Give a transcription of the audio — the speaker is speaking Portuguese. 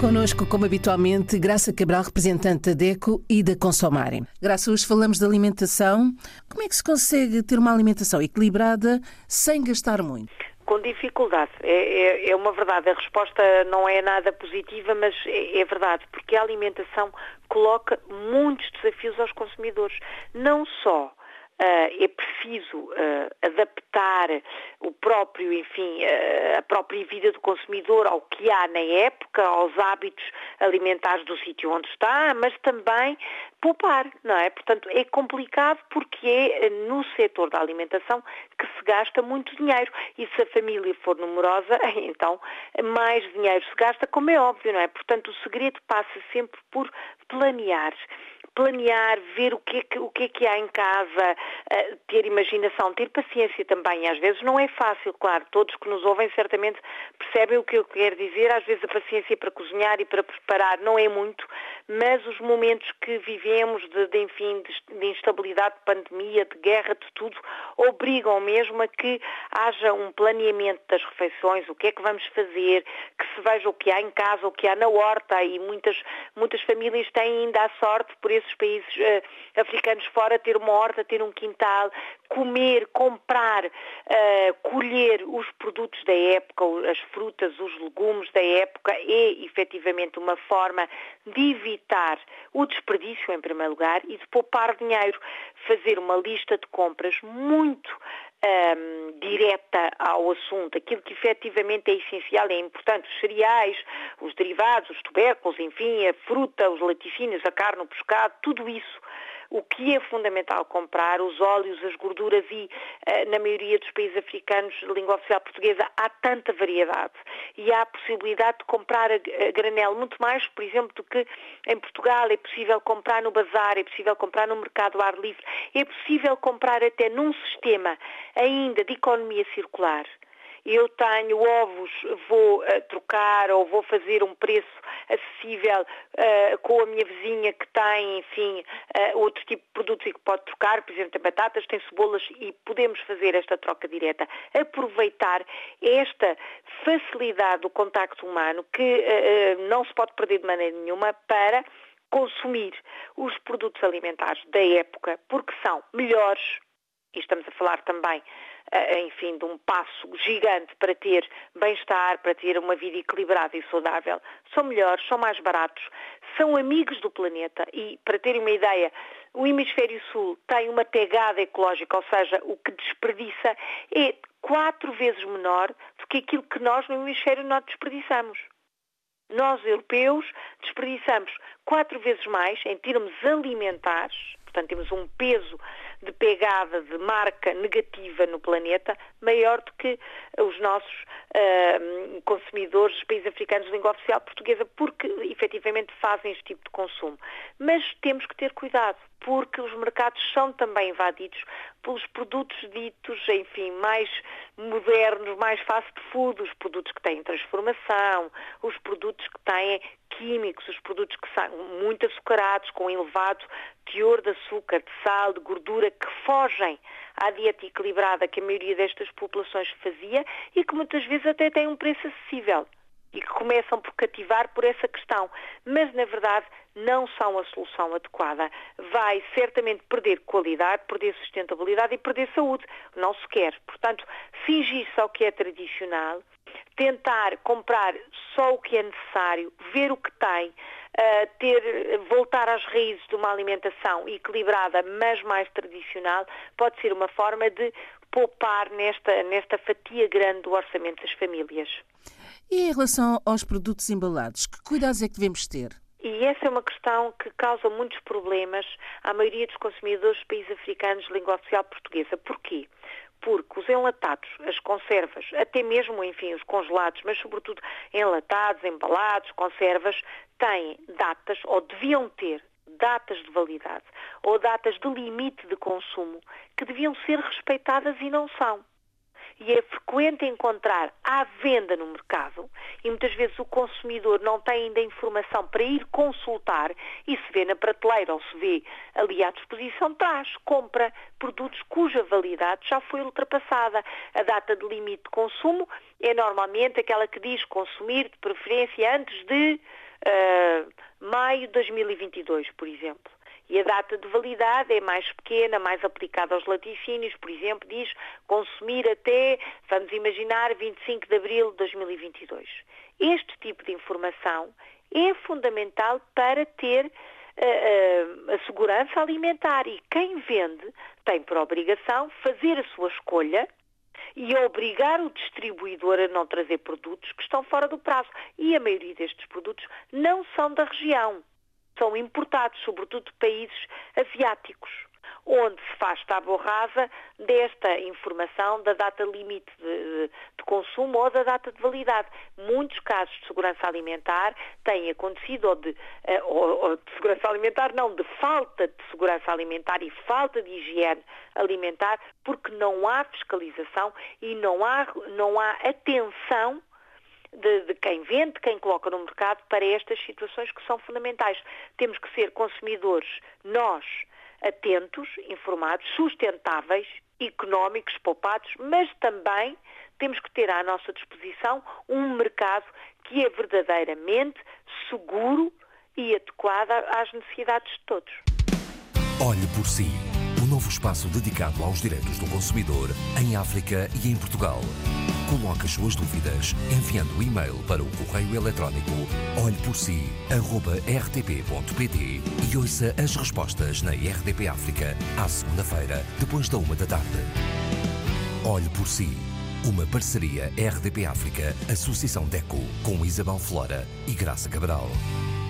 Connosco, como habitualmente, Graça Cabral, representante da DECO e da Consomare. Graça, hoje falamos de alimentação. Como é que se consegue ter uma alimentação equilibrada sem gastar muito? Com dificuldade. É uma verdade. A resposta não é nada positiva, mas é verdade, porque a alimentação coloca muitos desafios aos consumidores. Não só é preciso adaptar o próprio, a própria vida do consumidor ao que há na época, aos hábitos alimentares do sítio onde está, mas também poupar, não é? Portanto, é complicado porque é no setor da alimentação que se gasta muito dinheiro e se a família for numerosa, então mais dinheiro se gasta, como é óbvio, não é? Portanto, o segredo passa sempre por planear, ver o que é que há em casa, ter imaginação, ter paciência também. Às vezes não é fácil, claro, todos que nos ouvem certamente percebem o que eu quero dizer. Às vezes a paciência para cozinhar e para preparar não é muito, mas os momentos que vivemos de instabilidade, de pandemia, de guerra, de tudo, obrigam mesmo a que haja um planeamento das refeições, o que é que vamos fazer, que se veja o que há em casa, o que há na horta, e muitas famílias têm ainda a sorte, por esses países africanos fora, ter uma horta, ter um quintal, comer, comprar, colher os produtos da época, as frutas, os legumes da época, é efetivamente uma forma de evitar o desperdício em primeiro lugar e de poupar dinheiro. Fazer uma lista de compras muito direta ao assunto, aquilo que efetivamente é essencial, é importante, os cereais, os derivados, os tubérculos, enfim, a fruta, os laticínios, a carne, o pescado, tudo isso. O que é fundamental comprar, os óleos, as gorduras e, na maioria dos países africanos, de língua oficial portuguesa, há tanta variedade e há a possibilidade de comprar a granel muito mais, por exemplo, do que em Portugal. É possível comprar no bazar, é possível comprar no mercado ao ar livre, é possível comprar até num sistema ainda de economia circular. Eu tenho ovos, vou trocar ou vou fazer um preço acessível com a minha vizinha que tem, enfim, outro tipo de produtos e que pode trocar, por exemplo, tem batatas, tem cebolas e podemos fazer esta troca direta. Aproveitar esta facilidade do contacto humano que não se pode perder de maneira nenhuma para consumir os produtos alimentares da época, porque são melhores, e estamos a falar também de um passo gigante para ter bem-estar, para ter uma vida equilibrada e saudável. São melhores, são mais baratos, são amigos do planeta e, para terem uma ideia, o hemisfério sul tem uma pegada ecológica, ou seja, o que desperdiça é 4 vezes menor do que aquilo que nós no hemisfério norte desperdiçamos. Nós, europeus, desperdiçamos 4 vezes mais em termos alimentares, portanto temos um peso de pegada, de marca negativa no planeta, maior do que os nossos consumidores dos países africanos de língua oficial portuguesa, porque efetivamente fazem este tipo de consumo. Mas temos que ter cuidado, porque os mercados são também invadidos pelos produtos ditos, mais modernos, mais fast food, os produtos que têm transformação, os produtos que têm químicos, os produtos que são muito açucarados, com elevado teor de açúcar, de sal, de gordura, que fogem à dieta equilibrada que a maioria destas populações fazia e que muitas vezes até têm um preço acessível e que começam por cativar por essa questão, mas na verdade não são a solução adequada. Vai certamente perder qualidade, perder sustentabilidade e perder saúde. Não se quer. Portanto, fingir-se ao que é tradicional, tentar comprar só o que é necessário, ver o que tem, voltar às raízes de uma alimentação equilibrada, mas mais tradicional, pode ser uma forma de poupar nesta fatia grande do orçamento das famílias. E em relação aos produtos embalados, que cuidados é que devemos ter? E essa é uma questão que causa muitos problemas à maioria dos consumidores dos países africanos de língua oficial portuguesa. Porquê? Porque os enlatados, as conservas, até mesmo, os congelados, mas sobretudo enlatados, embalados, conservas, têm datas, ou deviam ter datas de validade, ou datas de limite de consumo, que deviam ser respeitadas e não são. E é frequente encontrar à venda no mercado e muitas vezes o consumidor não tem ainda informação para ir consultar e se vê na prateleira ou se vê ali à disposição, compra produtos cuja validade já foi ultrapassada. A data de limite de consumo é normalmente aquela que diz consumir de preferência antes de maio de 2022, por exemplo. E a data de validade é mais pequena, mais aplicada aos laticínios, por exemplo, diz consumir até, vamos imaginar, 25 de abril de 2022. Este tipo de informação é fundamental para ter a segurança alimentar, e quem vende tem por obrigação fazer a sua escolha e obrigar o distribuidor a não trazer produtos que estão fora do prazo. E a maioria destes produtos não são da região. São importados, sobretudo de países asiáticos, onde se faz tábua rasa desta informação da data limite de consumo ou da data de validade. Muitos casos de segurança alimentar têm acontecido, ou de segurança alimentar, não, de falta de segurança alimentar e falta de higiene alimentar, porque não há fiscalização e não há atenção de quem vende, de quem coloca no mercado para estas situações que são fundamentais. Temos que ser consumidores, nós, atentos, informados, sustentáveis, económicos, poupados, mas também temos que ter à nossa disposição um mercado que é verdadeiramente seguro e adequado às necessidades de todos. Olhe por si, um novo espaço dedicado aos direitos do consumidor em África e em Portugal. Coloque as suas dúvidas enviando o e-mail para o correio eletrónico olheporsi@rtp.pt e ouça as respostas na RDP África à segunda-feira, depois da 13h. Olhe por si, uma parceria RDP África, Associação DECO, com Isabel Flora e Graça Cabral.